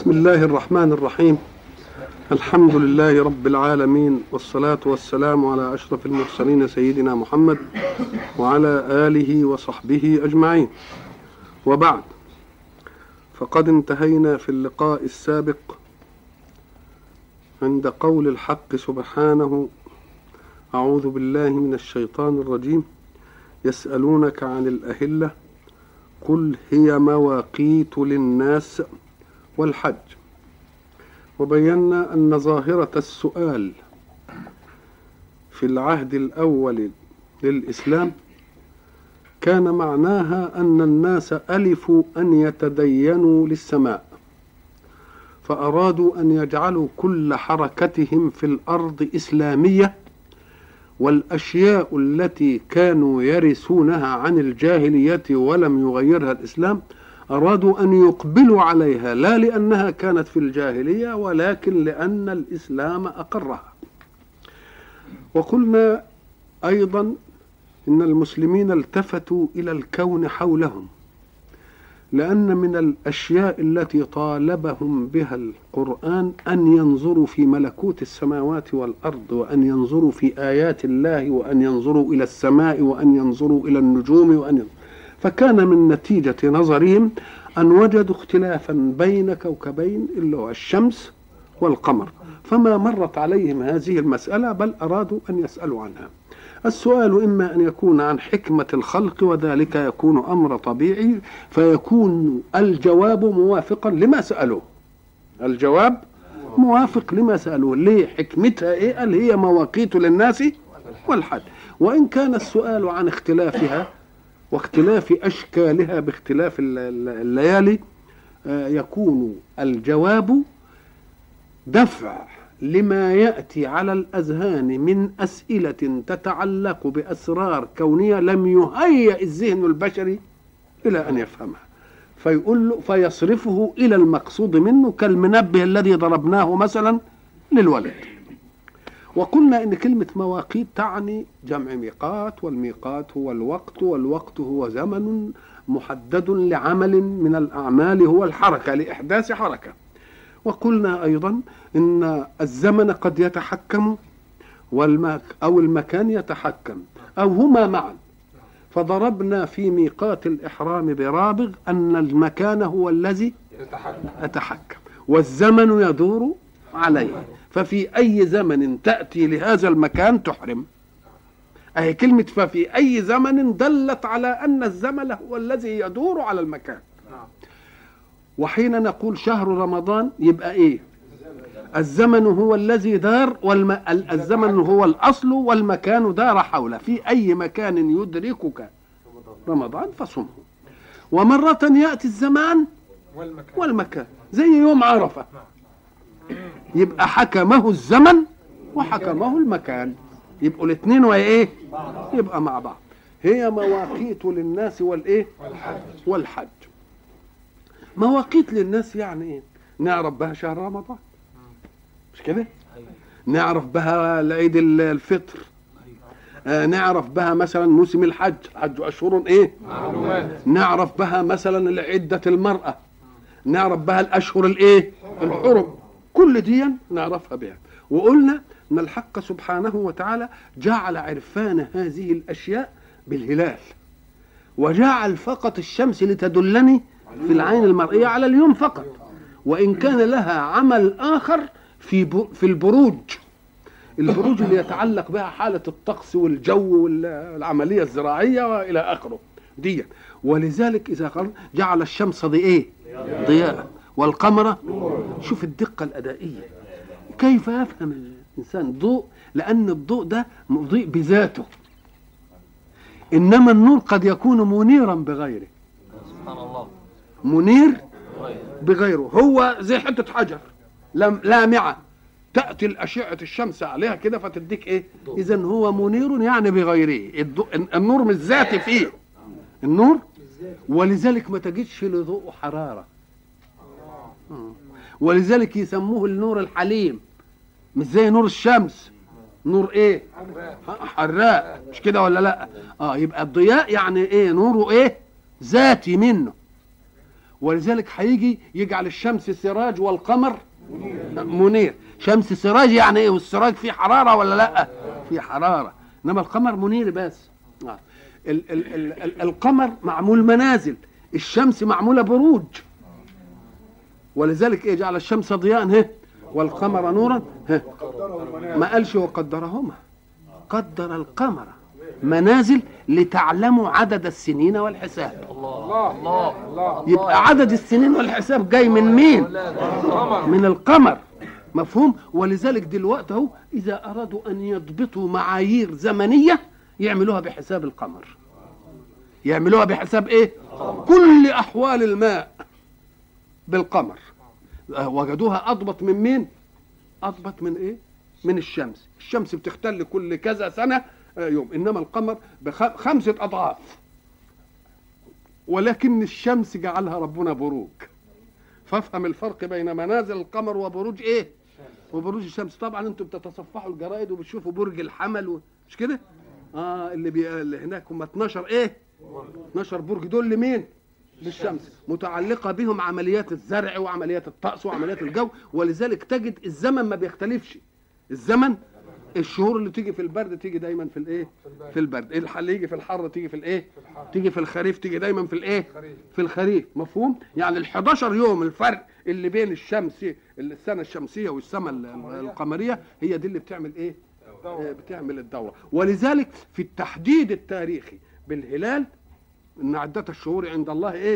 بسم الله الرحمن الرحيم. الحمد لله رب العالمين، والصلاة والسلام على أشرف المرسلين سيدنا محمد وعلى آله وصحبه أجمعين، وبعد، فقد انتهينا في اللقاء السابق عند قول الحق سبحانه: أعوذ بالله من الشيطان الرجيم، يسألونك عن الأهلة قل هي مواقيت للناس والحج. وبينا أن ظاهرة السؤال في العهد الأول للإسلام كان معناها أن الناس ألفوا أن يتدينوا للسماء، فأرادوا أن يجعلوا كل حركتهم في الأرض إسلامية، والأشياء التي كانوا يرثونها عن الجاهلية ولم يغيرها الإسلام أرادوا أن يقبلوا عليها، لا لأنها كانت في الجاهلية ولكن لأن الإسلام أقرها. وقلنا أيضا إن المسلمين التفتوا إلى الكون حولهم، لأن من الأشياء التي طالبهم بها القرآن أن ينظروا في ملكوت السماوات والأرض، وأن ينظروا في آيات الله، وأن ينظروا إلى السماء، وأن ينظروا إلى النجوم، فكان من نتيجة نظرهم أن وجدوا اختلافا بين كوكبين اللي هو الشمس والقمر، فما مرت عليهم هذه المسألة بل أرادوا أن يسألوا عنها. السؤال إما أن يكون عن حكمة الخلق، وذلك يكون أمر طبيعي، فيكون الجواب موافقا لما سألوه. الجواب موافق لما سألوه. ليه؟ حكمتها إيه؟ قال هي مواقيت للناس والحج. وإن كان السؤال عن اختلافها واختلاف أشكالها باختلاف الليالي، يكون الجواب دفع لما يأتي على الأذهان من أسئلة تتعلق بأسرار كونية لم يهيئ الذهن البشري إلى أن يفهمها، فيقول له فيصرفه إلى المقصود منه، كالمنبه الذي ضربناه مثلا للولد. وقلنا إن كلمة مواقيت تعني جمع ميقات، والميقات هو الوقت، والوقت هو زمن محدد لعمل من الأعمال، هو الحركة، لإحداث حركة. وقلنا أيضا إن الزمن قد يتحكم أو المكان يتحكم، أو هما معا. فضربنا في ميقات الإحرام برابغ أن المكان هو الذي يتحكم والزمن يدور عليه، ففي أي زمن تأتي لهذا المكان تحرم. أي كلمة ففي أي زمن دلت على أن الزمن هو الذي يدور على المكان. وحين نقول شهر رمضان يبقى إيه؟ الزمن هو الذي دار، الزمن هو الأصل، والمكان دار حوله. في أي مكان يدركك رمضان فصمه. ومرة يأتي الزمان والمكان، زي يوم عرفة، يبقى حكمه الزمن وحكمه المكان، يبقوا الاثنين وإيه؟ يبقى مع بعض. هي مواقيت للناس والإيه؟ والحج. مواقيت للناس يعني إيه؟ نعرف بها شهر رمضان، مش كده؟ نعرف بها العيد الفطر، نعرف بها مثلا موسم الحج أشهر إيه؟ نعرف بها مثلا عدة المرأة، نعرف بها الأشهر الإيه؟ الحرم. كل دي نعرفها بها. وقلنا أن الحق سبحانه وتعالى جعل عرفان هذه الأشياء بالهلال، وجعل فقط الشمس لتدلني في العين المرئية على اليوم فقط، وإن كان لها عمل آخر في البروج اللي يتعلق بها حالة الطقس والجو والعملية الزراعية وإلى آخره دي. ولذلك إذا قال جعل الشمس ضياء والقمر، شوف الدقة الأدائية. كيف يفهم الإنسان ضوء؟ لأن الضوء ده مضيء بذاته، إنما النور قد يكون منيرا بغيره. سبحان الله. منير بغيره، هو زي حتة حجر لامعة تأتي الأشعة الشمس عليها كده فتديك إيه؟ إذن هو منير يعني بغيره. النور مش ذاتي فيه النور، ولذلك ما تجدش لضوء حرارة، ولذلك يسموه النور الحليم، مش زي نور الشمس. نور ايه؟ حراء، مش كده ولا لا؟ يبقى الضياء يعني ايه؟ نوره ايه؟ ذاتي منه. ولذلك هيجي يجعل الشمس سراج والقمر منير. شمس سراج يعني ايه؟ والسراج فيه حراره ولا لا؟ فيه حراره، انما القمر منير بس. القمر معمول منازل، الشمس معموله بروج، ولذلك ايه؟ جعل الشمس ضياء والقمر نورا ما قالش وقدرهما، قدر القمر منازل لتعلموا عدد السنين والحساب. الله. يبقى عدد السنين والحساب جاي من مين؟ من القمر. مفهوم؟ ولذلك دلوقتي اهو اذا ارادوا ان يضبطوا معايير زمنيه يعملوها بحساب القمر. يعملوها بحساب ايه؟ كل احوال الماء بالقمر. وجدوها اضبط من مين؟ اضبط من ايه؟ من الشمس. الشمس بتختل كل كذا سنه يوم، انما القمر ب5 اضعاف. ولكن الشمس جعلها ربنا بروج. فافهم الفرق بين منازل القمر وبروج ايه؟ وبروج الشمس. طبعا انتم بتتصفحوا الجرائد وبتشوفوا برج الحمل مش كده؟ اللي هناك هم 12 ايه؟ 12 برج. دول لمين؟ للشمس. متعلقه بهم عمليات الزرع وعمليات الطقس وعمليات الجو. ولذلك تجد الزمن ما بيختلفش. الزمن الشهور اللي تيجي في البرد تيجي دايما في الايه؟ في البرد. اللي يجي في الحر تيجي في الايه؟ تيجي في الخريف تيجي دايما في الايه؟ في الخريف. مفهوم؟ يعني ال11 يوم الفرق اللي بين الشمس السنه الشمسيه والسنه القمريه هي دي اللي بتعمل ايه؟ بتعمل الدوره. ولذلك في التحديد التاريخي بالهلال ان عدة الشهور عند الله ايه؟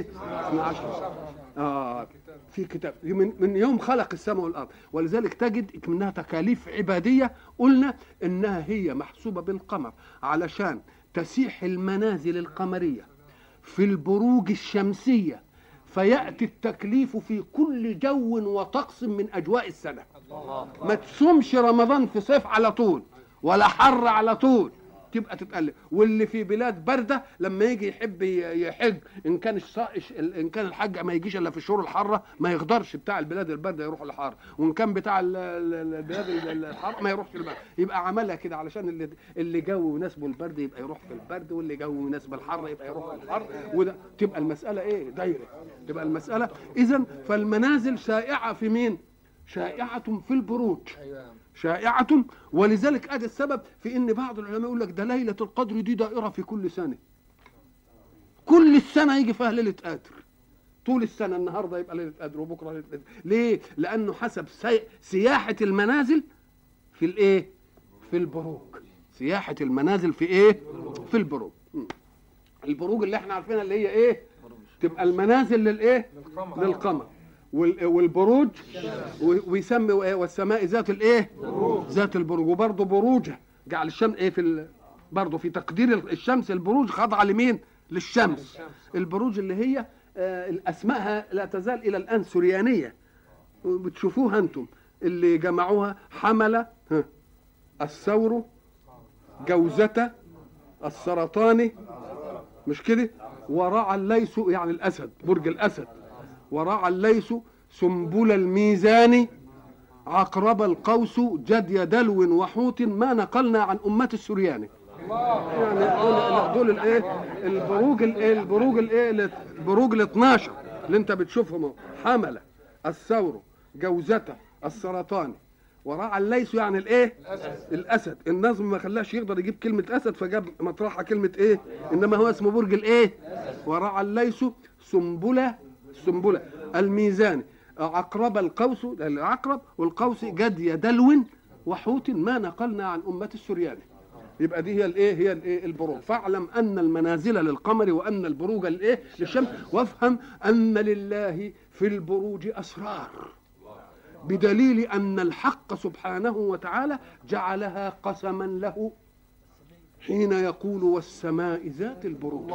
12 في كتاب من يوم خلق السماء والارض. ولذلك تجد منها تكاليف عباديه قلنا انها هي محسوبه بالقمر علشان تسيح المنازل القمريه في البروج الشمسيه، فياتي التكليف في كل جو وطقس من اجواء السنه. ما تصومش رمضان في صيف على طول ولا حر على طول، تبقى تتقلب. واللي في بلاد بارده لما يجي يحب يحج ان كان الحج ما يجيش الا في الشهور الحاره ما يقدرش. بتاع البلاد البارده يروح الحر، وان كان بتاع البلاد الحاره ما يروحش البرد. يبقى عملها كده علشان اللي جو يناسبه البرد يبقى يروح في البرد، واللي جو يناسبه الحر يبقى يروح في الحر. وده تبقى المساله ايه؟ دايره. تبقى المساله اذا فالمنازل شائعه في مين؟ شائعه في البروج، شائعة. ولذلك ادي السبب في ان بعض العلماء يقول لك ده ليلة القدر دي دائرة في كل سنة. كل السنة يجي فيها ليلة قدر. طول السنة النهاردة يبقى ليلة قدر وبكرة ليلة قدر. ليه؟ لأنه حسب سياحة المنازل في الايه؟ في البروج. سياحة المنازل في ايه؟ في البروج. البروج اللي احنا عارفينها اللي هي ايه؟ تبقى المنازل للايه؟ للقمر. والبروج ويسمي والسماء ذات الايه؟ ذات البروج. وبرضه بروجه جعل الشمس ايه برضه في تقدير الشمس البروج خاضعه لمين؟ للشمس. البروج اللي هي اسمائها لا تزال الى الان سريانيه، بتشوفوها انتم اللي جمعوها: حمله، الثور، جوزة، السرطاني، مش كده؟ ورعى الليث يعني الاسد، برج الاسد. ورعى الليث، سنبل الميزان، عقرب القوس، جدي دلو وحوت، ما نقلنا عن أمة السرياني. يعني دول الايه؟ البروج ال12 اللي انت بتشوفهم: حمله، الثور، جوزة، السرطان، ورعى الليث يعني الايه؟ الاسد. النظم ما خلاش يقدر يجيب كلمه اسد فجاب مطرحها كلمه ايه؟ انما هو اسمه برج الايه؟ ورعى الليث، سنبله الميزان، عقرب القوس، العقرب والقوس، جدي دلو وحوت، ما نقلنا عن أمة السرياني. يبقى دي هي الايه؟ هي الايه؟ البروج. فاعلم ان المنازل للقمر وان البروج الايه؟ للشمس. وافهم ان لله في البروج اسرار، بدليل ان الحق سبحانه وتعالى جعلها قسما له حين يقول: والسماء ذات البروج.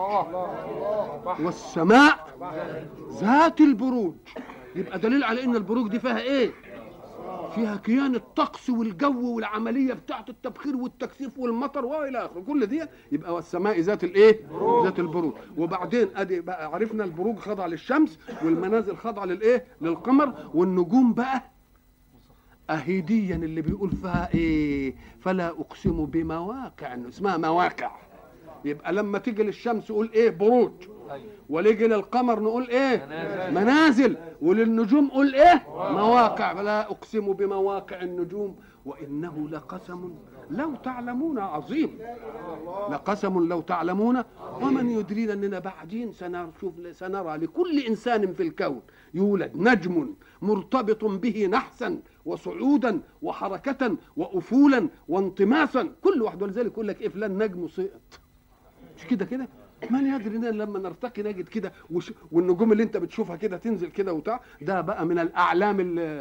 والسماء ذات البروج. يبقى دليل على ان البروج دي فيها ايه؟ فيها كيان الطقس والجو والعمليه بتاعه التبخير والتكثيف والمطر والى اخره. كل دي يبقى والسماء ذات الايه؟ ذات البروج. وبعدين ادي بقى عرفنا البروج خاضعه للشمس، والمنازل خاضعه للايه؟ للقمر. والنجوم بقى اهيديا اللي بيقول فيها ايه؟ فلا اقسم بمواقع، اسمها مواقع. يبقى لما تيجي للشمس قول ايه؟ بروج. وليجي للقمر نقول ايه؟ منازل. وللنجوم قول ايه؟ مواقع. لا اقسم بمواقع النجوم وانه لقسم لو تعلمون عظيم. لقسم لو تعلمون. ومن يدرينا اننا بعدين سنرى لكل انسان في الكون يولد نجم مرتبط به نحسا وصعودا وحركة وأفولا وانطماسا، كل واحد. ولذلك يقول لك إيه؟ فلان نجم سقط. مش كده من يدري ان لما نرتقي نجد كده والنجوم اللي انت بتشوفها كده تنزل كده وبتاع، ده بقى من الاعلام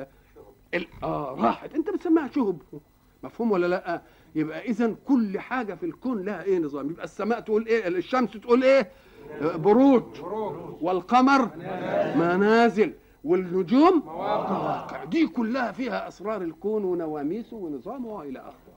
راحت، انت بتسميها شهب. مفهوم ولا لا؟ يبقى اذا كل حاجه في الكون لها ايه؟ نظام. يبقى السماء تقول ايه؟ الشمس تقول ايه؟ بروج. والقمر منازل. والنجوم مواقع. دي كلها فيها اسرار الكون ونواميسه ونظامه والى اخره.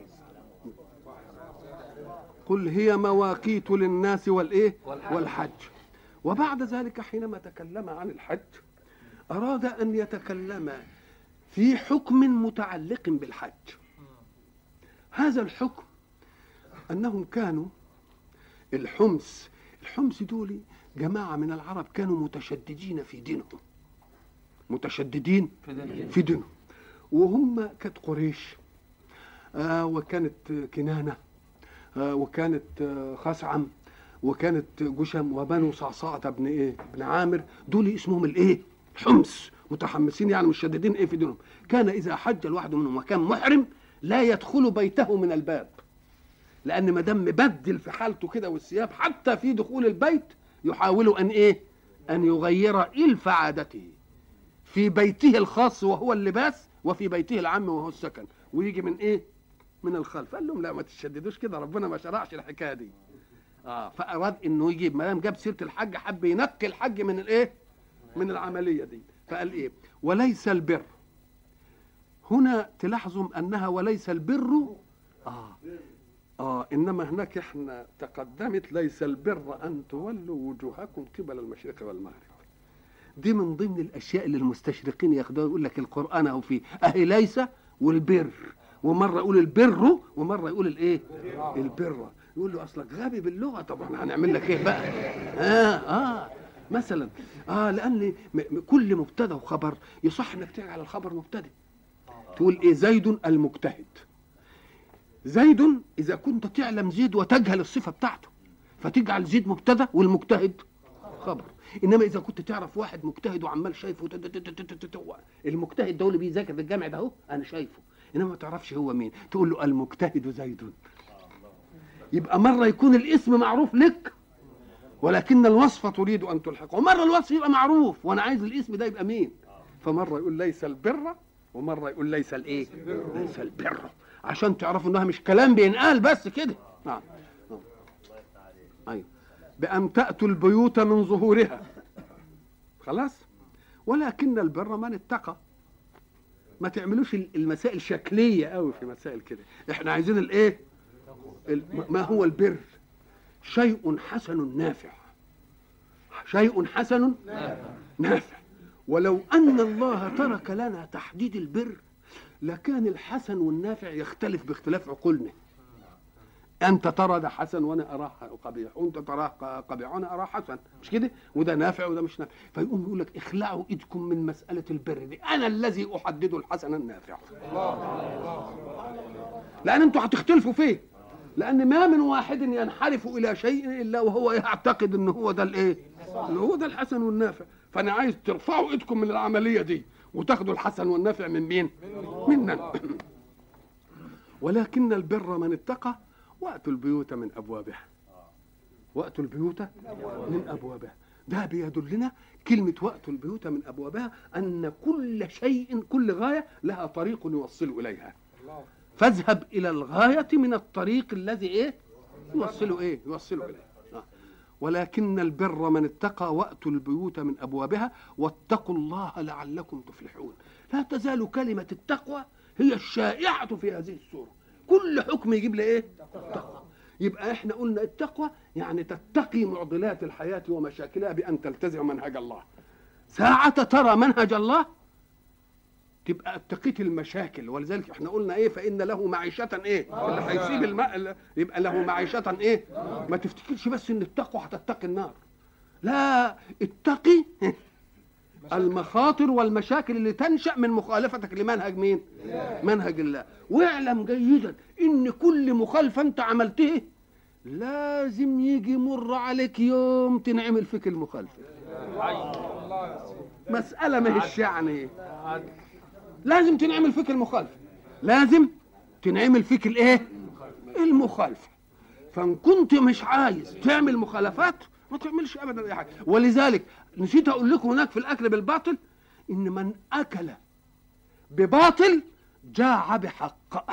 قل هي مواقيت للناس والايه؟ والحج. وبعد ذلك حينما تكلم عن الحج اراد ان يتكلم في حكم متعلق بالحج. هذا الحكم انهم كانوا الحمص دول جماعه من العرب كانوا متشددين في دينهم، متشددين في دينهم. وهم كانت قريش وكانت كنانه وكانت خثعم وكانت جشم وبنو صعصعة ابن عامر. دول اسمهم الايه؟ حمص. متحمسين يعني مشددين ايه في دينهم. كان اذا حج الواحد منهم وكان محرم لا يدخل بيته من الباب، لان ما دام مبدل في حالته كده والثياب حتى في دخول البيت يحاول ان ايه؟ ان يغير الف عادته في بيته الخاص وهو اللباس وفي بيته العام وهو السكن، ويجي من ايه؟ من الخلف. قال لهم لا ما تشددوش كده، ربنا ما شرعش الحكايه دي. فاراد انه يجيب، ما دام جاب سيره الحج حب ينقي الحج من الايه؟ من العمليه دي. فقال ايه؟ وليس البر. هنا تلاحظوا انها وليس البر انما هناك احنا تقدمت ليس البر ان تولوا وجوهكم قبل المشرق والمغرب. دي من ضمن الاشياء اللي المستشرقين ياخدوها، يقول لك القران اهو فيه اهي ليس والبر، ومره يقول البر ومره يقول الايه؟ البر. يقول له اصلك غبي باللغه. طب احنا هنعمل لك ايه بقى؟ مثلا لان كل مبتدا وخبر يصح انك تجعل الخبر مبتدا. تقول ايه؟ زيد المجتهد. زيد اذا كنت تعلم زيد وتجهل الصفه بتاعته فتجعل زيد مبتدا والمجتهد خبر. انما اذا كنت تعرف واحد مجتهد وعمال شايفه المجتهد ده اللي بيذاكر في الجامع ده اهو انا شايفه، انما ما تعرفش هو مين، تقول له المجتهد زيد. يبقى مره يكون الاسم معروف لك ولكن الوصف تريد ان تلحقه، ومره الوصف يبقى معروف وانا عايز الاسم ده يبقى مين. فمره يقول ليس البر ومره يقول ليس الايه؟ ليس البر، عشان تعرفوا انها مش كلام بينقال بس كده. ايوه بأن تأتوا البيوت من ظهورها. خلاص. ولكن البر من اتقى. ما تعملوش المسائل شكليه قوي في مسائل كده. احنا عايزين الايه؟ ما هو البر؟ شيء حسن نافع. شيء حسن نافع. ولو ان الله ترك لنا تحديد البر لكان الحسن والنافع يختلف باختلاف عقولنا. انت ترى ده حسن وانا اراه قبيح، وانت تراه قبيح وانا اراه حسن، مش كده؟ وده نافع وده مش نافع. فيقوم يقول لك اخلعوا ايدكم من مساله البر دي، انا الذي احدد الحسن النافع. لان انتوا هتختلفوا فيه، لان ما من واحد ينحرف الى شيء الا وهو يعتقد ان هو ده الايه؟ ان هو ده الحسن والنافع. فانا عايز ترفعوا ايدكم من العمليه دي وتاخدوا الحسن والنافع من مين؟ مننا. ولكن البر من اتقى وأتوا البيوت من أبوابها. وأتوا البيوت من أبوابها. ده بيدلنا كلمة وأتوا البيوت من أبوابها أن كل شيء كل غاية لها طريق يوصل إليها. فاذهب إلى الغاية من الطريق الذي إيه؟ يوصل إليه. ولكن البر من اتقى وأتوا البيوت من أبوابها واتقوا الله لعلكم تفلحون. لا تزال كلمة التقوى هي الشائعة في هذه السورة. كل حكم يجيب لي ايه؟ تقوى. يبقى احنا قلنا التقوى يعني تتقي معضلات الحياة ومشاكلها بأن تلتزم منهج الله. ساعة ترى منهج الله تبقى اتقيت المشاكل. ولذلك احنا قلنا ايه؟ فإن له معيشة ايه؟ اللي هيسيب الماء يبقى له معيشة ايه؟ ما تفتكرش بس ان التقوى هتتقي النار. لا، اتقي المخاطر والمشاكل اللي تنشأ من مخالفتك لمنهج مين؟ منهج الله. واعلم جيدا ان كل مخالفة انت عملته لازم يجي مر عليك يوم تنعمل فيك المخالفة. مسألة ما هيش يعني لازم تنعمل فيك المخالفة، لازم تنعمل فيك الايه؟ المخالفة. فان كنت مش عايز تعمل مخالفات ما تعملش ابدا اي حاجه. ولذلك نسيت اقول لكم هناك في الاكل بالباطل ان من اكل بباطل جاع بحق.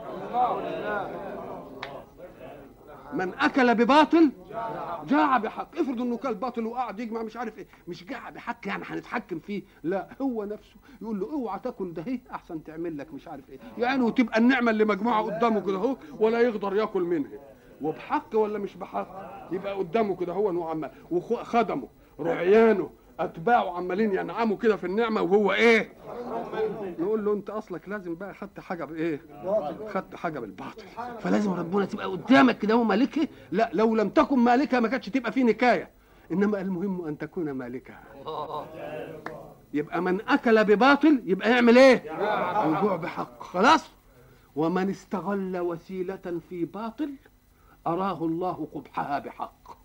من اكل بباطل جاع بحق. افرض انه كل باطل وقعد يجمع مش عارف ايه، مش جاع بحق يعني هنتحكم فيه، لا، هو نفسه يقول له اوعى تاكل ده ايه احسن تعمل لك مش عارف ايه يعني، وتبقى النعمه اللي مجموعه قدامه كده اهو ولا يقدر ياكل منها، وبحق ولا مش بحق، يبقى قدامه كده هو وعمال وخدمه رعيانه اتباعه عمالين ينعموا كده في النعمه وهو ايه؟ نقول له انت اصلك لازم بقى خدت حاجه بايه؟ خدت حاجه بالباطل. فلازم ربنا تبقى قدامك كده هو مالكها. لا، لو لم تكن مالكها ما كانتش تبقى في نكايه، انما المهم ان تكون مالكها. يبقى من اكل بباطل يبقى يعمل ايه؟ الجوع بحق. خلاص. ومن استغل وسيله في باطل أراه الله قبحها بحق.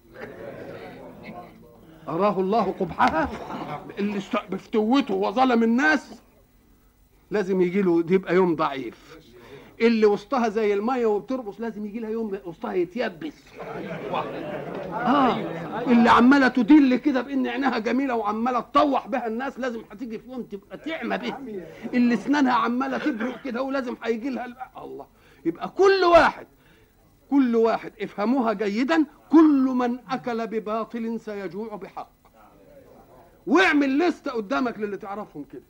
أراه الله قبحها. اللي بفتوته وظلم الناس لازم يجي له يبقى يوم ضعيف. اللي وسطها زي الميه وبترقص لازم يجي لها يوم وسطها يتيبس. اللي عماله تدل كده بان عينها جميله وعماله تطوح بها الناس لازم هتيجي في يوم تبقى تعمى بها. اللي اسنانها عماله تبرق كده ولازم هيجي لها الله. يبقى كل واحد افهموها جيدا، كل من اكل بباطل سيجوع بحق. واعمل لستة قدامك للي تعرفهم كده.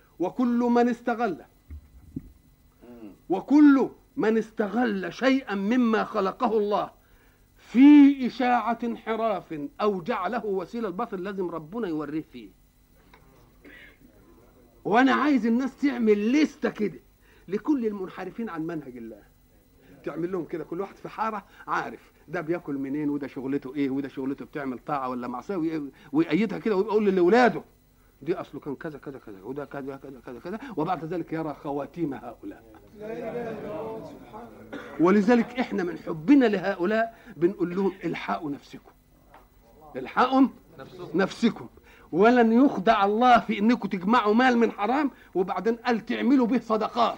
وكل من استغل شيئا مما خلقه الله في إشاعة انحراف أو جعله وسيلة الباطل لازم ربنا يوريه فيه. وأنا عايز الناس تعمل لستة كده لكل المنحرفين عن منهج الله، تعمل لهم كده كل واحد في حاره عارف ده بياكل منين وده شغلته ايه وده شغلته بتعمل طاعه ولا معصيه، ويأيدها كده ويبقى يقول لاولاده دي اصله كان كذا كذا كذا وده كذا كذا كذا كذا، وبعد ذلك يرى خواتيم هؤلاء. ولذلك احنا من حبنا لهؤلاء بنقول لهم الحقوا نفسكم ولن يخدع الله في انكم تجمعوا مال من حرام وبعدين قال تعملوا به صدقات،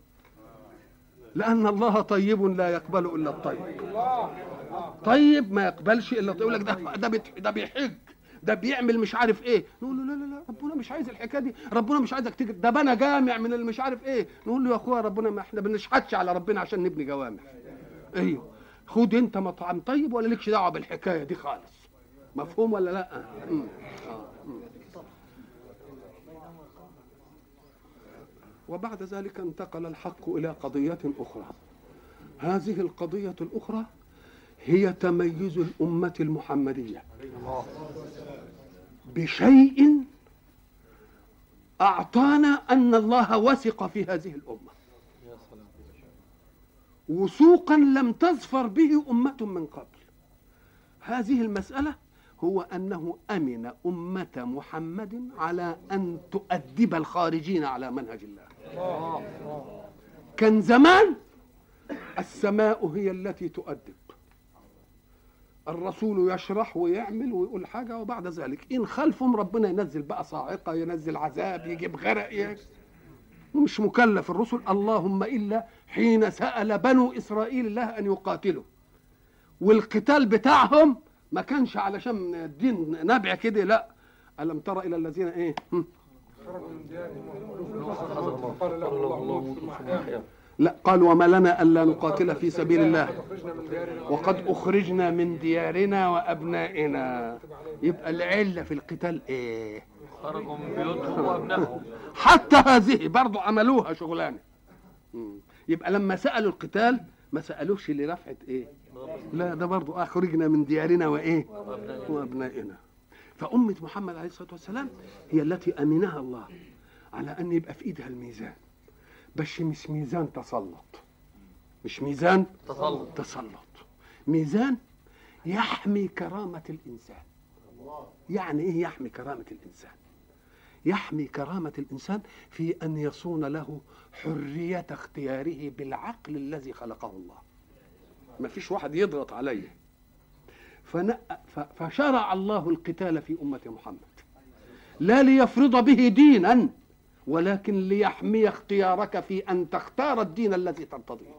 لأن الله طيب لا يقبل إلا الطيب. طيب ما يقبلش إلا الطيب. يقول لك ده بيحج، ده بيعمل مش عارف إيه. نقول له لا ربنا مش عايز الحكاية دي، ربنا مش عايزك تجي ده بنى جامع من اللي مش عارف إيه. نقول له يا أخويا ربنا ما إحنا بنشحتش على ربنا عشان نبني جوامع. أيوه، خد أنت مطعم طيب ولا لكش دعوة بالحكاية دي خالص. مفهوم ولا لا؟ وبعد ذلك انتقل الحق إلى قضية أخرى. هذه القضية الأخرى هي تميز الأمة المحمدية بشيء أعطانا أن الله وثق في هذه الأمة وثوقا لم تظفر به أمة من قبل. هذه المسألة هو أنه أمن أمة محمد على أن تؤدب الخارجين على منهج الله. كان زمان السماء هي التي تؤدب، الرسول يشرح ويعمل ويقول حاجة وبعد ذلك إن خلفهم ربنا ينزل بقى صاعقة، ينزل عذاب، يجيب غرق، ومش مكلف الرسل اللهم إلا حين سأل بنو إسرائيل الله أن يقاتلوا، والقتال بتاعهم ما كانش علشان الدين نبع كده، لا. ألم تر إلى الذين إيه لا قال وما لنا ألا نقاتل في سبيل الله وقد أخرجنا من ديارنا وأبنائنا. يبقى العلة في القتال إيه؟ خرجوا من بيوتهم وأبنائهم. حتى هذه برضو عملوها شغلانة. يبقى لما سألوا القتال ما سألوش لرفعة إيه؟ لا، ده برضو أخرجنا من ديارنا وإيه؟ وأبنائنا. فأمة محمد عليه الصلاة والسلام هي التي أمنها الله على أن يبقى في إيدها الميزان، بس مش ميزان تسلط، مش ميزان تسلط، ميزان يحمي كرامة الإنسان. يعني ايه يحمي كرامة الانسان؟ يحمي كرامة الانسان في ان يصون له حرية اختياره بالعقل الذي خلقه الله. ما فيش واحد يضغط عليه. فشرع الله القتال في أمة محمد لا ليفرض به دينا، ولكن ليحمي اختيارك في أن تختار الدين الذي ترتضيه.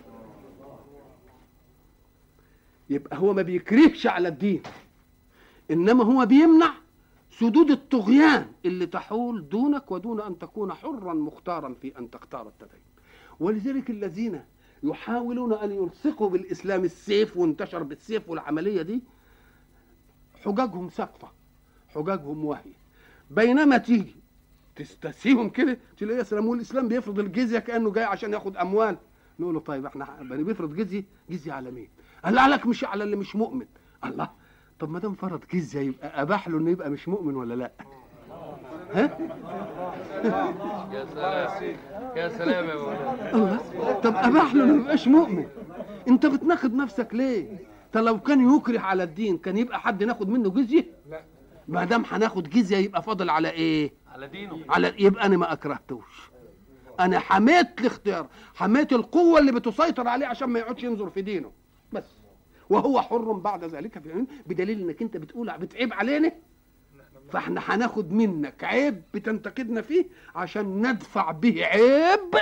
يبقى هو ما بيكرهش على الدين، إنما هو بيمنع سدود الطغيان اللي تحول دونك ودون أن تكون حرا مختارا في أن تختار التدين. ولذلك الذين يحاولون أن يلصقوا بالإسلام السيف، وانتشر بالسيف والعملية دي، حجاجهم سقطة، حجاجهم وهي. بينما تيجي تستسيهم كده تلاقي يسلموا الإسلام بيفرض الجزية كأنه جاي عشان ياخد أموال. نقول له طيب احنا بيفرض جزية على مين؟ قال لك مش على اللي مش مؤمن. الله، طب ما دام فرض جزية يبقى أباح له إنه يبقى مش مؤمن ولا لا؟ ها؟ يا سلام يا سلام يا مولانا. الله، طب أباح له إنه ما يبقاش مؤمن. أنت بتناقض نفسك ليه؟ طب لو كان يكره على الدين كان يبقى حد ناخد منه جزية؟ لا، ما دام هناخد جزية يبقى فاضل على إيه؟ على دينه. يبقى أنا ما أكرهتوش، أنا حميت الاختيار، حميت القوة اللي بتسيطر عليه عشان ما يقعدش ينظر في دينه بس، وهو حر بعد ذلك في عيون. بدليل إنك أنت بتعيب علينا، فاحنا هناخد منك عيب بتنتقدنا فيه عشان ندفع به عيب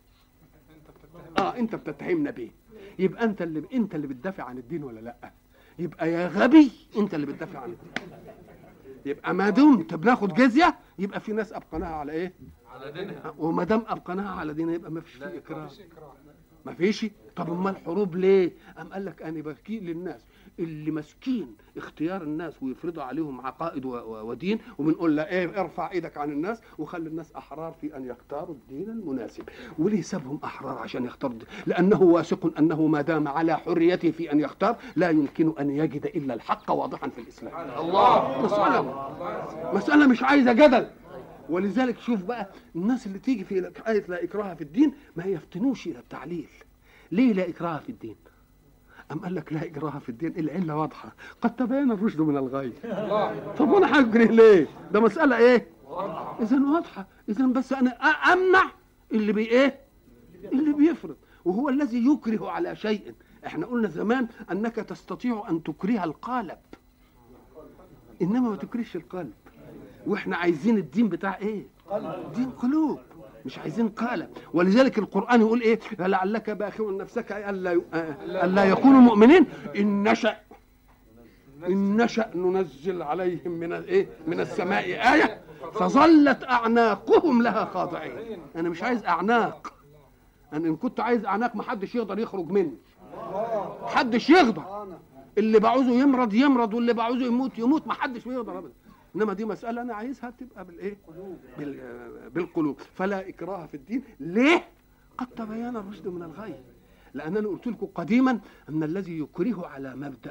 انت بتتهمنا بيه. يبقى انت اللي بتدافع عن الدين ولا لا؟ يبقى يا غبي انت اللي بتدافع عن الدين. يبقى ما دمت بناخد جزيه يبقى في ناس ابقناها على ايه؟ على دينها. وما دام ابقناها على دينها يبقى ما فيش فيه اكراه. ما فيش. طب امال الحروب ليه؟ قام قال لك انا بحكي للناس اللي ماسكين اختيار الناس ويفرضوا عليهم عقائد ودين، وبنقول له ايه؟ ارفع ايدك عن الناس وخلي الناس احرار في ان يختاروا الدين المناسب. وليه سابهم احرار عشان يختاروا الدين؟ لانه واثق انه ما دام على حريته في ان يختار لا يمكن ان يجد الا الحق واضحا في الاسلام. الله، مسألة مش عايزه جدل. ولذلك شوف بقى الناس اللي تيجي في آية لا إكراه في الدين ما يفتنوش إلى التعليل. ليه لا إكراه في الدين؟ أم قال لك لا إكراه في الدين، العلة واضحة، قد تبين الرشد من الغي. طب وأنا هجري ليه؟ ده مسألة إيه؟ إذا واضحة. إذا بس أنا أمنع اللي إيه؟ اللي بيفرض، وهو الذي يكره على شيء. إحنا قلنا زمان أنك تستطيع أن تكره القالب، إنما ما تكرهش القلب. واحنا عايزين الدين بتاع ايه؟ دين قلوب، مش عايزين قالب. ولذلك القرآن يقول ايه؟ لعلك باخع نفسك الا يكونوا مؤمنين ان نشأ ننزل عليهم من الايه؟ من السماء آية فظلت اعناقهم لها خاضعين. انا مش عايز اعناق، انا ان كنت عايز اعناق ما حدش يقدر يخرج مني، محدش يقدر. اللي بعوزه يمرض واللي بعوزه يموت، ما حدش يقدر ابدا. انما دي مساله انا عايزها تبقى بالايه؟ بالقلوب. فلا اكراه في الدين. ليه؟ قد تبين الرشد من الغي. لان انا قلت لكم قديما ان الذي يكره على مبدا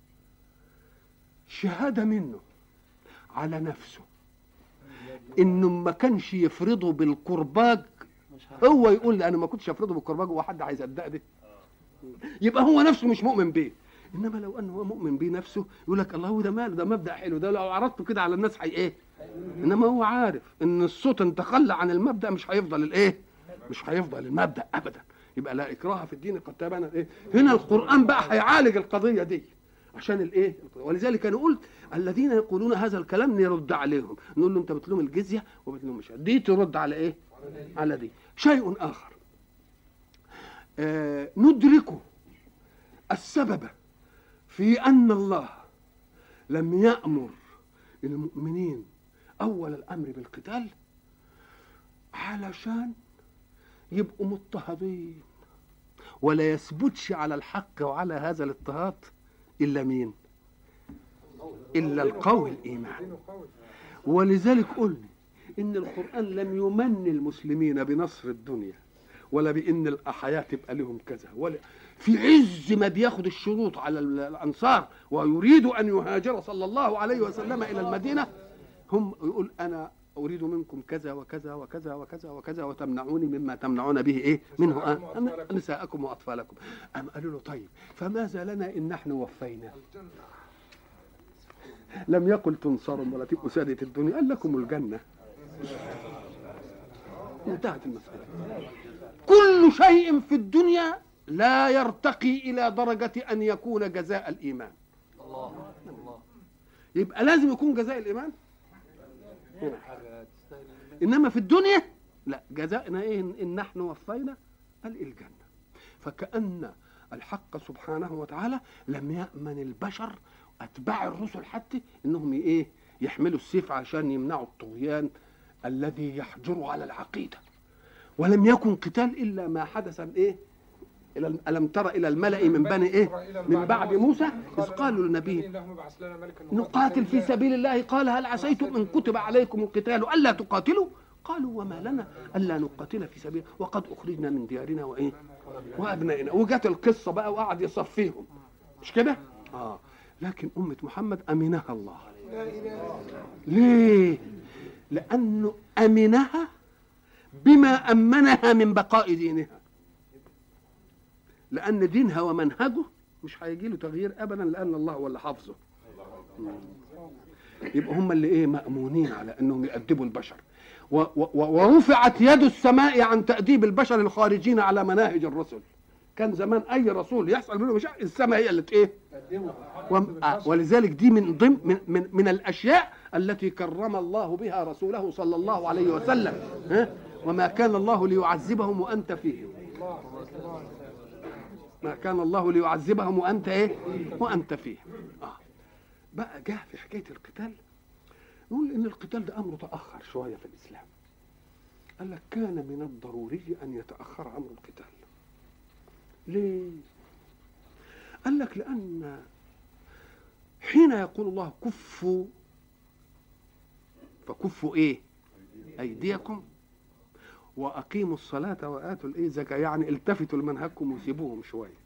شهاده منه على نفسه انه ما كانش يفرضه بالقرباج، هو يقول انا ما كنتش افرضه بالقرباج، هو حد عايز يصدق ده؟ يبقى هو نفسه مش مؤمن بيه. انما لو انه هو مؤمن بيه نفسه يقول لك الله ده ماله، ده مبدا حلو، ده لو عرضته كده على الناس ايه؟ انما هو عارف ان الصوت ان تخلى عن المبدا مش هيفضل الايه؟ مش هيفضل المبدا ابدا. يبقى لا اكراه في الدين قد تبين الايه؟ هنا القران بقى هيعالج القضيه دي عشان الايه؟ ولذلك انا قلت الذين يقولون هذا الكلام نرد عليهم، نقول له انت بتلوم الجزيه وبتلوم مش دي، ترد على ايه؟ على دي. شيء اخر ندركه السبب في أن الله لم يأمر المؤمنين أول الأمر بالقتال علشان يبقوا مضطهدين، ولا يثبتش على الحق وعلى هذا الاضطهاد إلا مين؟ إلا القوي الإيمان. ولذلك قلنا إن القرآن لم يمن المسلمين بنصر الدنيا ولا بإن الحياة تبقى لهم كذا، ولا في عز ما بياخد الشروط على الأنصار ويريد أن يهاجر صلى الله عليه وسلم إلى المدينة، هم يقول أنا أريد منكم كذا وكذا وكذا وكذا وكذا وتمنعوني مما تمنعون به إيه؟ منه نساءكم وأطفالكم. أم قالوا له طيب فماذا لنا إن نحن وفينا؟ لم يقل تنصروا ولا تبقوا سادة الدنيا، قال لكم الجنة. انتهت المسألة. كل شيء في الدنيا لا يرتقي إلى درجة أن يكون جزاء الإيمان. الله الله. يبقى لازم يكون جزاء الإيمان هنا. إنما في الدنيا لا، جزاءنا إيه؟ إن نحن وفينا الجنة. فكأن الحق سبحانه وتعالى لم يأمن البشر أتباع الرسل حتى إنهم إيه؟ يحملوا السيف عشان يمنعوا الطغيان الذي يحجر على العقيدة. ولم يكن قتال إلا ما حدث إيه؟ ألم تر إلى الملأ من بني إيه؟ من بعد موسى إذ قالوا للنبي نقاتل في سبيل الله قال هل عسيتم إن كتب عليكم القتال ألا تقاتلوا؟ قالوا وما لنا ألا نقاتل في سبيل وقد أخرجنا من ديارنا وإيه؟ وأبنائنا. وجات القصة بقى وقعد يصفيهم، مش كده؟ لكن أمة محمد أمنها الله. ليه؟ لأنه أمنها بما أمنها من بقاء دينها، لأن دينها ومنهجه مش هيجي له تغيير أبدا، لأن الله هو اللي حافظه. يبقى هم اللي إيه؟ مأمونين على أنهم يؤدبوا البشر. ورفعت يد السماء عن تأديب البشر الخارجين على مناهج الرسل. كان زمان أي رسول يحصل منه مش السماء هي اللي إيه؟ ولذلك دي من ضمن من الأشياء التي كرم الله بها رسوله صلى الله عليه وسلم. وما كان الله ليعذبهم وأنت فيهم. ما كان الله ليعذبهم وأنت إيه؟ وأنت فيهم. بقى جاء في حكاية القتال نقول إن القتال ده أمر تأخر شوية في الإسلام. قال لك كان من الضروري أن يتأخر أمر القتال. ليه؟ قال لك لأن حين يقول الله كفوا، فكفوا إيه؟ أيديكم وأقيموا الصلاة وآتوا الإيه؟ زكاة. يعني التفتوا لمنهجكم وسيبوهم شوية.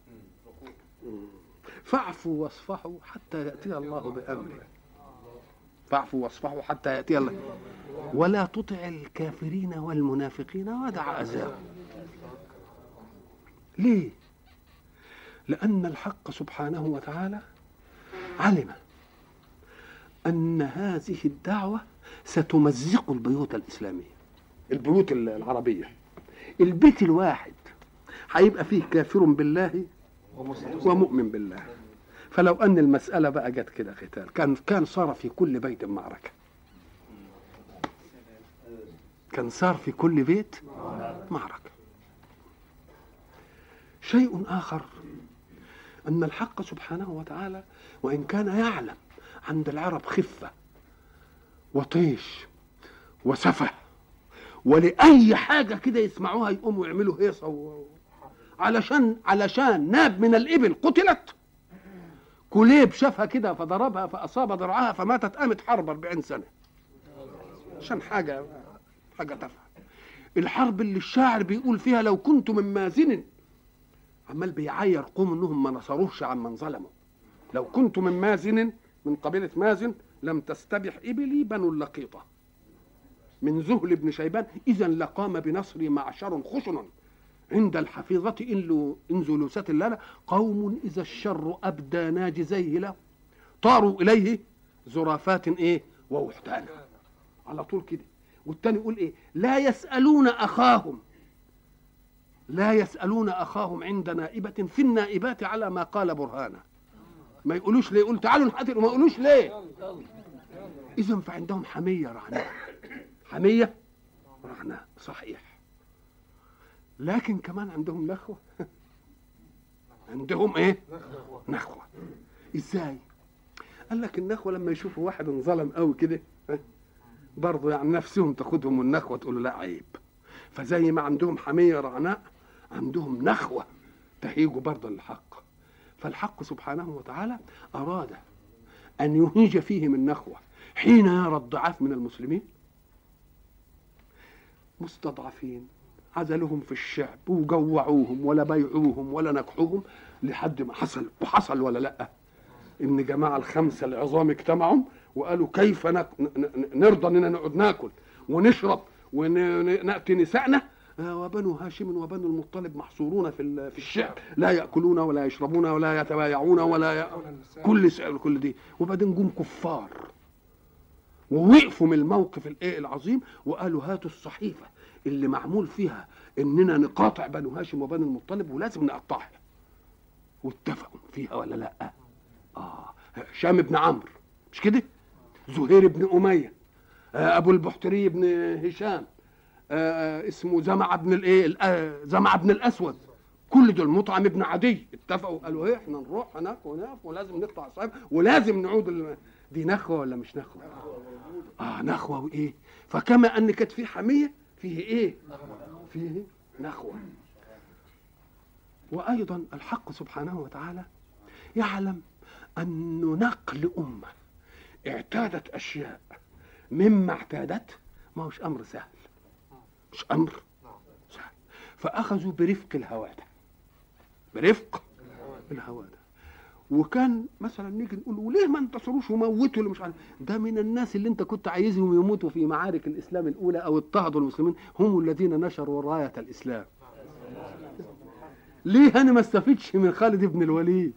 فاعفوا واصفحوا حتى يأتي الله بأمره. فاعفوا واصفحوا حتى يأتي الله. ولا تطع الكافرين والمنافقين ودع أذاهم. ليه؟ لأن الحق سبحانه وتعالى علم أن هذه الدعوة ستمزق البيوت الإسلامية، البيوت العربية. البيت الواحد هيبقى فيه كافر بالله ومؤمن بالله. فلو أن المسألة بقى جت كده قتال كان صار في كل بيت معركة. كان صار في كل بيت معركة. شيء آخر أن الحق سبحانه وتعالى وإن كان يعلم عند العرب خفة وطيش وسفه، ولأي حاجة كده يسمعوها يقوموا يعملوا هيصة علشان ناب من الإبل قتلت. كليب شافها كده فضربها فأصاب ضرعها فماتت، قامت حرب 40 سنة عشان حاجة تافهة. الحرب اللي الشاعر بيقول فيها لو كنت من مازن، عمال بيعير قوم انهم ما نصروش عن من ظلموا. لو كنت من مازن، من قبيلة مازن، لم تستبح إبلي بنو اللقيطة من ذهل بن شيبان، إذا لقام بنصري معشر خشن عند الحفيظة إن زلوسات الليلة قوم إذا الشر أبدى ناجزيه له طاروا إليه زرافات إيه ووحدانا. على طول كده. والتاني يقول إيه؟ لا يسألون أخاهم عند نائبة في النائبات على ما قال برهانه. ما يقولوش ليه؟ يقول تعالوا نحاتل وما يقولوش ليه. إذن فعندهم حمية رعناء. حمية رعناء صحيح. لكن كمان عندهم نخوة. عندهم ايه؟ نخوة. ازاي؟ قال لك النخوة لما يشوفوا واحد انظلم قوي كده برضه يعني نفسهم تاخدهم النخوة تقول له لا عيب. فزي ما عندهم حمية رعناء عندهم نخوة تهيجوا برضه للحق. فالحق سبحانه وتعالى أراد أن يهيج فيهم النخوة حين يرى الضعاف من المسلمين مستضعفين، عزلوهم في الشعب وجوعوهم ولا بيعوهم ولا نكحوهم لحد ما حصل. وحصل ولا لا؟ ان جماعه الخمسه العظام اجتمعوا وقالوا كيف نرضى اننا نقعد ناكل ونشرب وناتي نسائنا وبنو هاشم وبنو المطلب محصورون في الشعر، لا يأكلون ولا يشربون ولا يتبايعون كل دي. وبعدين جم كفار ووقفوا من الموقف العظيم وقالوا هاتوا الصحيفة اللي معمول فيها اننا نقاطع بنو هاشم وبنو المطلب ولازم نقطعها، واتفقوا فيها ولا لا؟ هشام بن عمرو مش كده، زهير بن أمية، ابو البحتري بن هشام، اسمه زمعة بن الاسود، كل دول مطعم بن عدي اتفقوا قالوا ايه احنا نروح هناك ولازم نقطع الصحيفة ولازم نعود دي نخوة ولا مش نخوة؟ نخوة. وايه؟ فكما ان كانت في حمية فيه ايه؟ فيه نخوة. وايضا الحق سبحانه وتعالى يعلم ان نقل امة اعتادت اشياء مما اعتادت ما هوش امر سهل، مش امر سهل. فاخذوا برفق الهوادة، برفق الهوادة. وكان مثلا نيجي نقول وليه ما انتصروش وموتوا اللي مش عارف، ده من الناس اللي انت كنت عايزهم يموتوا في معارك الاسلام الاولى او اضطهدوا المسلمين، هم الذين نشروا راية الاسلام. ليه انا ما استفدش من خالد بن الوليد؟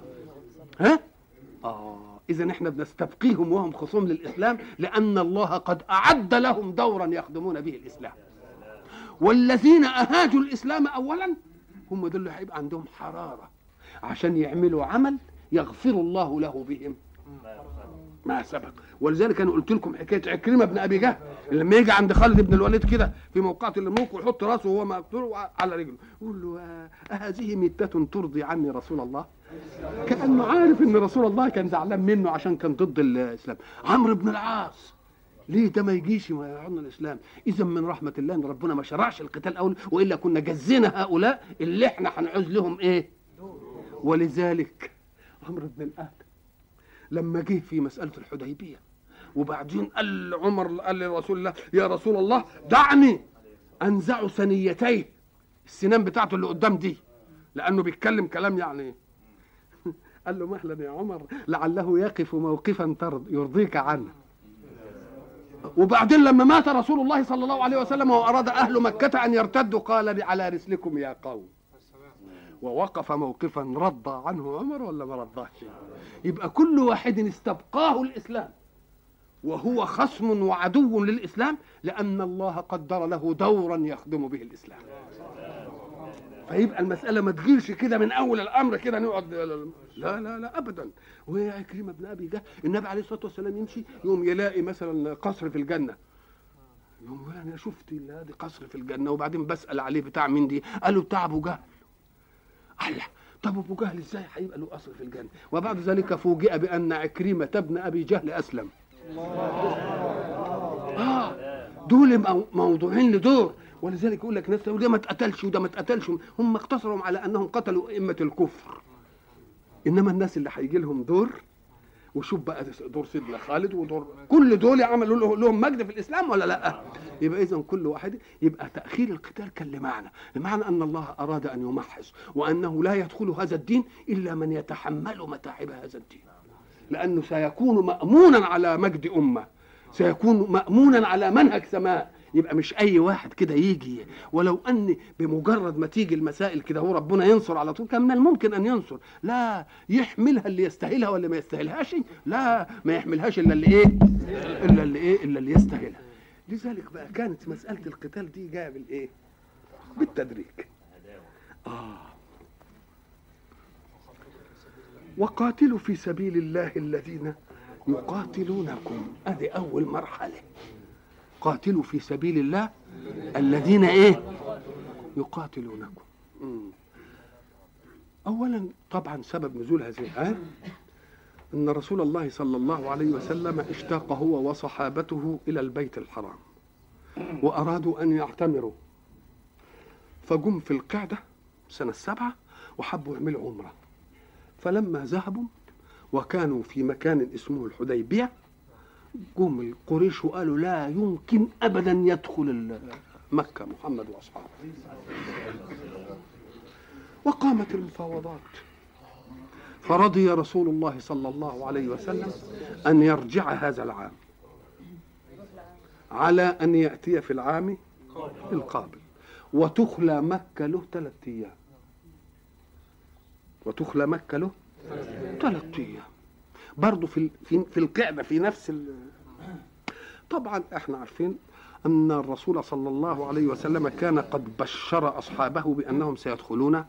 اذا احنا بنستبقيهم وهم خصوم للاسلام لان الله قد اعد لهم دورا يخدمون به الاسلام. والذين اهاجوا الاسلام اولا هم دول اللي هيبقى عندهم حرارة عشان يعملوا عمل يغفر الله له بهم ما سبق. ولذلك انا قلت لكم حكايه عكرمه بن ابي جهل لما يجي عند خالد بن الوليد كده في موقعة الملك ويحط راسه وهو مقتول على رجله يقول له هذه ميتة ترضي عني رسول الله؟ كأنه عارف ان رسول الله كان زعلان منه عشان كان ضد الاسلام. عمرو بن العاص ليه ده ما يجيش ما يعرضنا الاسلام؟ اذا من رحمه الله ان ربنا ما شرعش القتال اول، والا كنا جزينا هؤلاء اللي احنا هنعوز لهم ايه. ولذلك عمرو بن الأهل لما جه في مساله الحديبيه وبعدين قال عمر قال لرسول الله يا رسول الله دعني انزع ثنيتيه السنان بتاعته اللي قدام دي، لانه بيتكلم كلام يعني قال له مهلا يا عمر لعله يقف موقفا يرضيك عنه. وبعدين لما مات رسول الله صلى الله عليه وسلم واراد اهل مكه ان يرتدوا قال على رسلكم يا قوم، ووقف موقفا رضى عنه عمر ولا ما رضاش؟ يبقى كل واحد استبقاه الاسلام وهو خصم وعدو للاسلام لان الله قدر له دورا يخدم به الاسلام. فيبقى المساله ما تجيش كده من اول الامر كده نقعد لا لا لا ابدا. وهي عكرمه بن ابي جهل النبي عليه الصلاه والسلام يمشي يوم يلاقي مثلا قصر في الجنه، يوم انا شفت هذه قصر في الجنه وبعدين بسال عليه بتاع مين دي؟ قالوا بتاع ابو جهل. الله، طب ابو جهل ازاي هيبقى له قصر في الجنه؟ وبعد ذلك فوجئ بان عكرمه ابن ابي جهل اسلم. دول موضوعين لدور. ولذلك يقول لك ناس ده ما اتقتلش وده ما اتقتلش، هم اقتصروا على انهم قتلوا ائمه الكفر. انما الناس اللي هيجي لهم دور، وشوف بقى دور سيدنا خالد ودور كل دول عملوا لهم مجد في الاسلام ولا لا؟ يبقى اذا كل واحد يبقى تاخير القتال كان لمعنى ان الله اراد ان يمحص وانه لا يدخل هذا الدين الا من يتحمل متاعب هذا الدين، لانه سيكون مامونا على مجد امه، سيكون مامونا على منهج سماء. يبقى مش اي واحد كده يجي، ولو ان بمجرد ما تيجي المسائل كده هو ربنا ينصر على طول، كان من الممكن ان ينصر، لا يحملها اللي يستاهلها ولا ما يستاهلهاش، لا ما يحملهاش الا اللي يستاهلها. لذلك بقى كانت مساله القتال دي جايه بالايه؟ بالتدريج. وقاتلوا في سبيل الله الذين يقاتلونكم، هذه اول مرحله. قاتلوا في سبيل الله الذين يقاتلونكم. اولا طبعا سبب نزول هذه الايه ان رسول الله صلى الله عليه وسلم اشتاق هو وصحابته الى البيت الحرام وارادوا ان يعتمروا، فجم في القعده سنه 7 وحبوا يعملوا عمره. فلما ذهبوا وكانوا في مكان اسمه الحديبيه قوم القريش وقالوا لا يمكن ابدا يدخل مكه محمد واصحابه. وقامت المفاوضات، فرضي رسول الله صلى الله عليه وسلم ان يرجع هذا العام على ان ياتي في العام القابل. وتخلى مكة له 3 أيام، وتخلى مكة له 3 أيام برضه في القعدة في نفس طبعا احنا عارفين أن الرسول صلى الله عليه وسلم كان قد بشر أصحابه بأنهم سيدخلون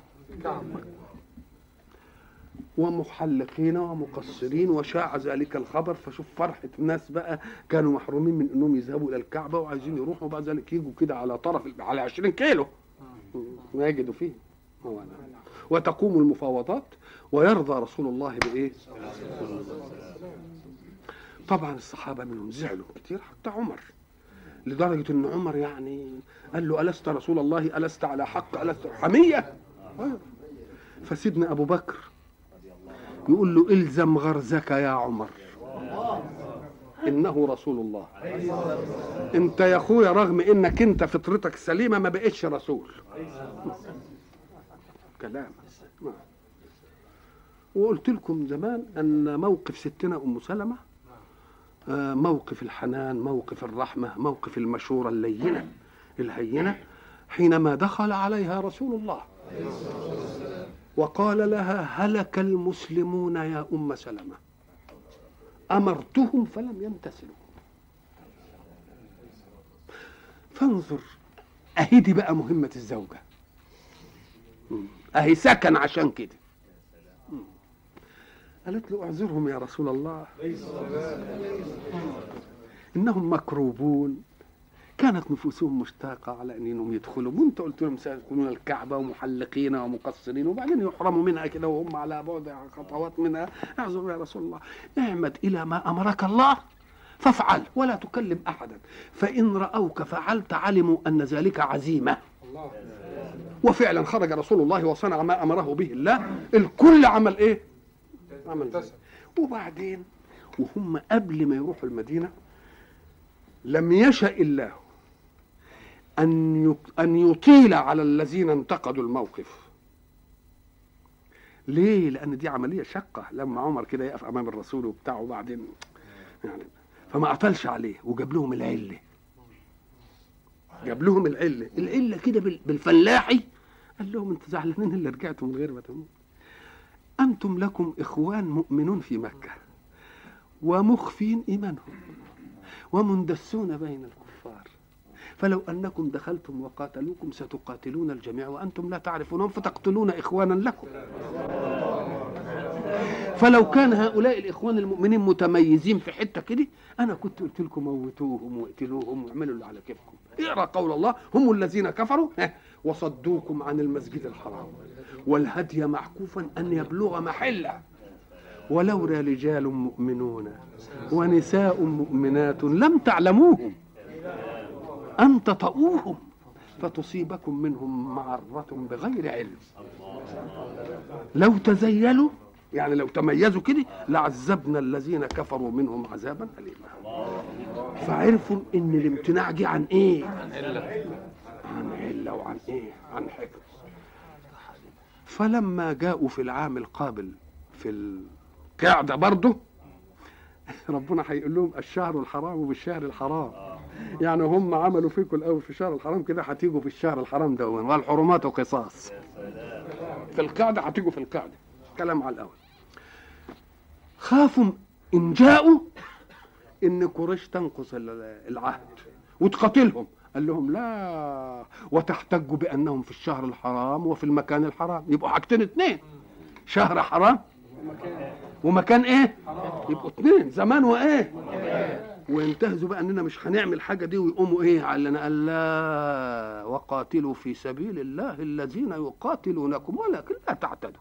ومحلقين ومقصرين، وشاع ذلك الخبر. فشوف فرحة الناس بقى، كانوا محرومين من أنهم يذهبوا إلى الكعبة وعايزين يروحوا، بعد ذلك يجوا كده على طرف على 20 كيلو ما يجدوا فيه. وتقوم المفاوضات ويرضى رسول الله بإيه؟ طبعا الصحابة منهم زعلوا كتير، حتى عمر، لدرجة أن عمر يعني قال له ألست رسول الله، ألست على حق، ألست حمية. فسيدنا أبو بكر يقول له إلزم غرزك يا عمر إنه رسول الله. أنت يا أخويا رغم إنك أنت فطرتك سليمة ما بقتش رسول. كلام. وقلت لكم زمان أن موقف ستنا أم سلمة موقف الحنان، موقف الرحمة، موقف المشورة اللينة الهينة، حينما دخل عليها رسول الله وقال لها هلك المسلمون يا أم سلمة، أمرتهم فلم يمتثلوا. فانظر، أهدي بقى مهمة الزوجة، أهي سكن عشان كده. قالت له اعذرهم يا رسول الله، إنهم مكروبون، كانت نفوسهم مشتاقة على أنهم يدخلوا، وانت قلت لهم سيدخلون الكعبة ومحلقين ومقصرين وبعدين يحرموا منها كده وهم على بعد خطوات منها. اعذر يا رسول الله، اعمد إلى ما أمرك الله فافعل ولا تكلم أحدا، فإن رأوك فعلت علموا أن ذلك عزيمة. وفعلا خرج رسول الله وصنع ما أمره به الله، الكل عمل إيه؟ عمل. وبعدين وهم قبل ما يروحوا المدينة لم يشأ الله أن يطيل على الذين انتقدوا الموقف. ليه؟ لأن دي عملية شقة، لما عمر كده يقف أمام الرسول وبتاعه وبعدين يعني، فما أطلش عليه وجاب لهم العلة، جاب لهم العلة كده بالفلاحي. قال لهم انتوا زعلانين اللي رجعتوا من غير ما تموت؟ أنتم لكم إخوان مؤمنون في مكة ومخفين إيمانهم ومندسون بين الكفار، فلو أنكم دخلتم وقاتلوكم ستقاتلون الجميع وأنتم لا تعرفونهم فتقتلون إخوانا لكم. فلو كان هؤلاء الإخوان المؤمنين متميزين في حتة كده أنا كنت قلت لكم موتوهم واقتلوهم واعملوا اللي على كيفكم. اقرأ قول الله هم الذين كفروا وصدوكم عن المسجد الحرام والهدي معكوفا أن يبلغ محله ولولا رجال مؤمنون ونساء مؤمنات لم تعلموهم أن تطؤوهم فتصيبكم منهم معرة بغير علم لو تزيلوا، يعني لو تميزوا كده لعذبنا الذين كفروا منهم عذابا أليما. فعرفوا ان الامتناع جه عن ايه؟ عن علة وعن ايه؟ عن حكم. فلما جاءوا في العام القابل في القعدة برضه ربنا هيقول لهم الشهر الحرام بالشهر الحرام، يعني هم عملوا فيكم الاول في الشهر الحرام كده هتيجوا في الشهر الحرام ده، والحرمات قصاص. في القعدة هتيجوا في القعدة، كلام على الاول. خافوا ان جاءوا ان قريش تنقص العهد وتقاتلهم، قال لهم لا، وتحتجوا بانهم في الشهر الحرام وفي المكان الحرام، يبقوا حاجتين اتنين، شهر حرام ومكان ايه؟ يبقوا اتنين، زمان وايه؟ وينتهزوا بقى اننا مش هنعمل حاجه دي ويقوموا ايه علنا؟ قال لا، وقاتلوا في سبيل الله الذين يقاتلونكم ولكن لا تعتدوا.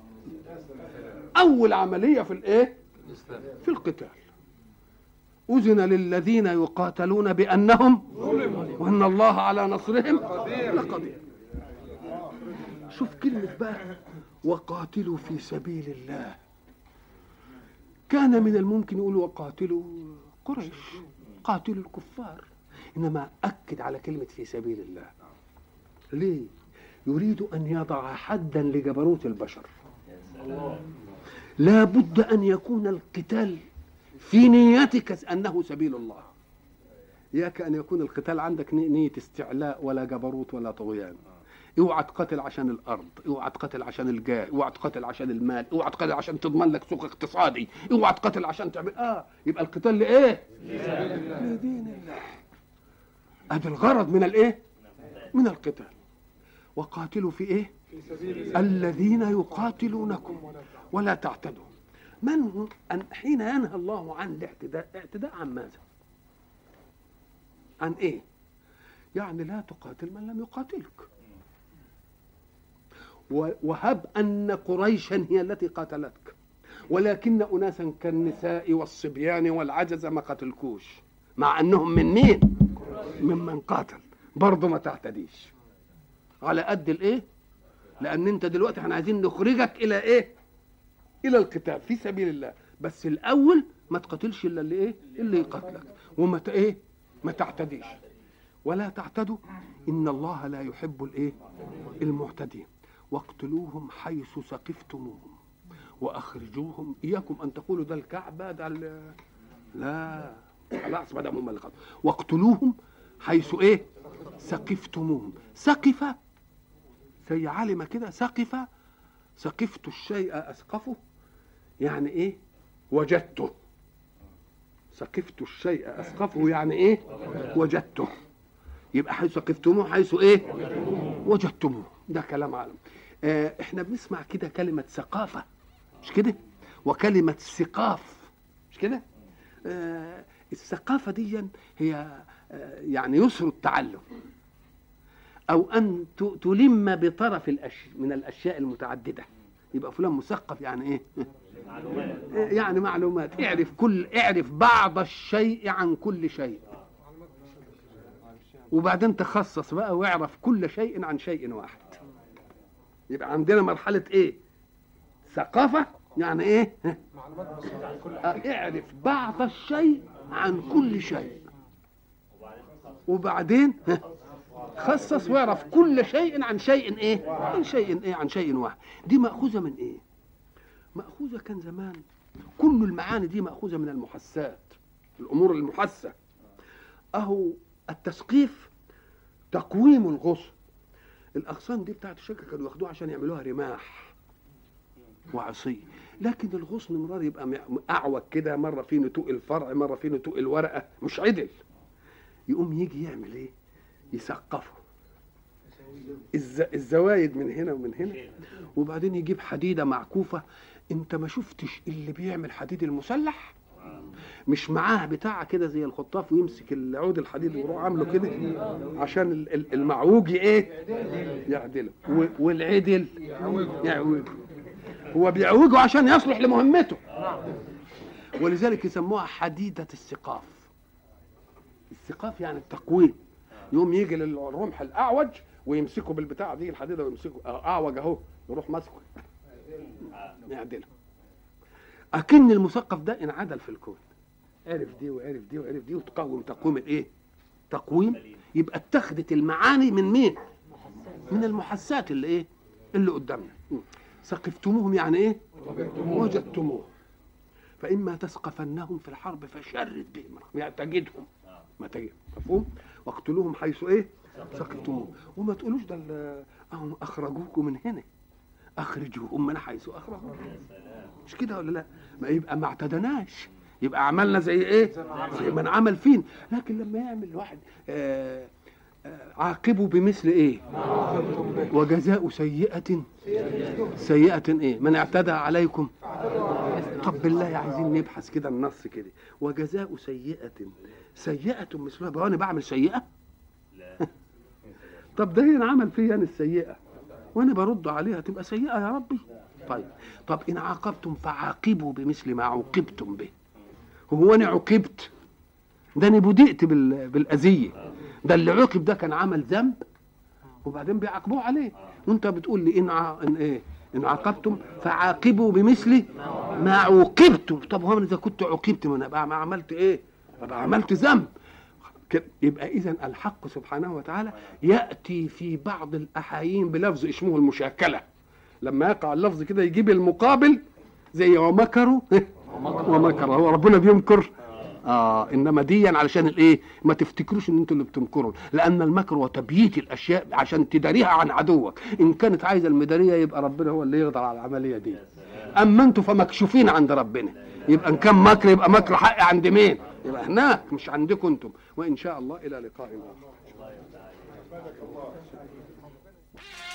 اول عمليه في الايه؟ في القتال. أذن للذين يقاتلون بأنهم وأن الله على نصرهم لقدير. شوف كلمة بقى وقاتلوا في سبيل الله، كان من الممكن يقول وقاتلوا قريش، قاتلوا الكفار، إنما أكد على كلمة في سبيل الله. ليه؟ يريد أن يضع حدا لجبروت البشر. لا بد أن يكون القتال في نيتك أنه سبيل الله، إياك أن يكون القتال عندك نية استعلاء ولا جبروت ولا طغيان. اوعى تقاتل عشان الارض، اوعى تقاتل عشان الجاه، اوعى تقاتل عشان المال، اوعى تقاتل عشان تضمن لك سوق اقتصادي، اوعى تقاتل عشان تعمل يبقى القتال لايه؟ لدين الله. ادي الغرض من الايه؟ من القتال. وقاتلوا في ايه؟ الذين يقاتلونكم ولا تعتدوا. من هو حين ينهى الله عن الاعتداء؟ اعتداء عن ماذا؟ عن ايه؟ يعني لا تقاتل من لم يقاتلك. وهب أن قريشا هي التي قاتلتك، ولكن أناسا كالنساء والصبيان والعجز ما قتلكوش، مع أنهم من مين؟ ممن قاتل. برضه ما تعتديش على قد الايه؟ لأن انت دلوقتي احنا عايزين نخرجك إلى ايه؟ إلى القتال في سبيل الله، بس الأول ما تقاتلش إلا اللي ايه؟ اللي يقاتلك، وما ايه؟ ما تعتديش. ولا تعتدوا إن الله لا يحب الايه؟ المعتدين. واقتلوهم حيث ثقفتموهم واخرجوهم. اياكم ان تقولوا ده الكعبه ده لا، خلاص ما دام هم اللي قتلوا. واقتلوهم حيث ايه؟ ثقفتموهم. ثقف زي علم كده، ثقفت الشيء اثقفه، يعني ايه؟ وجدته. ثقفت الشيء اثقفه يعني ايه؟ وجدته. يبقى حيث ثقفتموه حيث ايه؟ وجدتموه. ده كلام عالم. احنا بنسمع كده كلمة ثقافة، مش كده؟ وكلمة ثقاف، مش كده؟ الثقافة دي هي يعني يسر التعلم، أو أن تلم بطرف من الأشياء المتعددة. يبقى فلان مثقف يعني إيه؟ يعني معلومات. اعرف بعض الشيء عن كل شيء، وبعدين تخصص بقى واعرف كل شيء عن شيء واحد. يبقى عندنا مرحلة ايه؟ ثقافة يعني ايه؟ اعرف بعض الشيء عن كل شيء، وبعدين خصص واعرف كل شيء عن شيء ايه؟ عن شيء ايه؟ عن شيء واحد. دي مأخوذة من ايه؟ مأخوذة كان زمان كل المعاني دي مأخوذة من المحسات، الامور المحسة. اهو التثقيف تقويم الغصن. الاغصان دي بتاعت الشجر كانوا ياخدوها عشان يعملوها رماح وعصي، لكن الغصن مرار يبقى اعوج كده، مره فيه نتوء الفرع، مره فيه نتوء الورقه، مش عدل. يقوم يجي يعمل ايه؟ يسقفه الزوايد من هنا ومن هنا، وبعدين يجيب حديده معكوفه. انت ما شفتش اللي بيعمل حديد المسلح؟ مش معاه بتاع كده زي الخطاف ويمسك العود الحديد ويروح عامله كده عشان المعوج ايه؟ يعدله، والعدل يعوج. هو بيعوجه عشان يصلح لمهمته، ولذلك يسموها حديدة السقاف. السقاف يعني التقويم. يوم يجي للرمح الاعوج ويمسكه بالبتاع دي الحديده ويمسكه اعوج اهو، يروح ماسكه يعدله. اكن المثقف ده انعدل في الكون، عرف دي وعرف دي وعرف دي، وتقوم تقويم الايه؟ تقويم. يبقى اتخذت المعاني من مين؟ من المحسات اللي ايه؟ اللي قدامنا. ثقفتموهم يعني ايه؟ وجدتموه. فاما تثقفنهم في الحرب فشرد بهم، يعني تجدهم ما تجد. مفهوم؟ واقتلوهم حيث ايه؟ ثقفتموه. وما تقولوش ده هم اخرجوكم من هنا، اخرجوهم من حيث اخرجوكم. مش كده ولا لا؟ ما يبقى ما اعتدناش، يبقى عملنا زي ايه؟ زي ما عمل فين. لكن لما يعمل واحد عاقبوا بمثل ايه؟ وجزاء سيئة ايه؟ من اعتدى عليكم. طب بالله عايزين نبحث كده النص كده، وجزاء سيئة مثلها. بقى انا بعمل سيئة؟ طب ده هنا عمل فيا انا السيئة وانا برد عليها تبقى سيئة يا ربي. طب ان عاقبتم فعاقبوا بمثل ما عوقبتم به. هو انا عوقبت؟ ده انا بدأت بالاذية. ده اللي عوقب ده كان عمل ذنب وبعدين بيعاقبوه عليه، وانت بتقول لي ان عاقبتم فعاقبوا بمثل ما عوقبتم. طب هو اذا كنت عوقبت ما ابقى ما عملت ايه؟ ابقى عملت ذنب. يبقى اذا الحق سبحانه وتعالى ياتي في بعض الاحايين بلفظ اسمه المشاكله. لما يقع اللفظ كده يجيب المقابل، زي ومكروا ومكر. هو ربنا بيمكر؟ انما ديا علشان الايه؟ ما تفتكروش ان انتوا اللي بتمكروا، لان المكر هو تبييت الاشياء عشان تداريها عن عدوك. ان كانت عايزه المداريه يبقى ربنا هو اللي يقدر على العمليه دي. اما انتوا فمكشوفين عند ربنا، يبقى ان كان مكر يبقى مكر حق عند مين؟ يبقى هناك مش عندكم انتم. وان شاء الله الى لقاء اخر.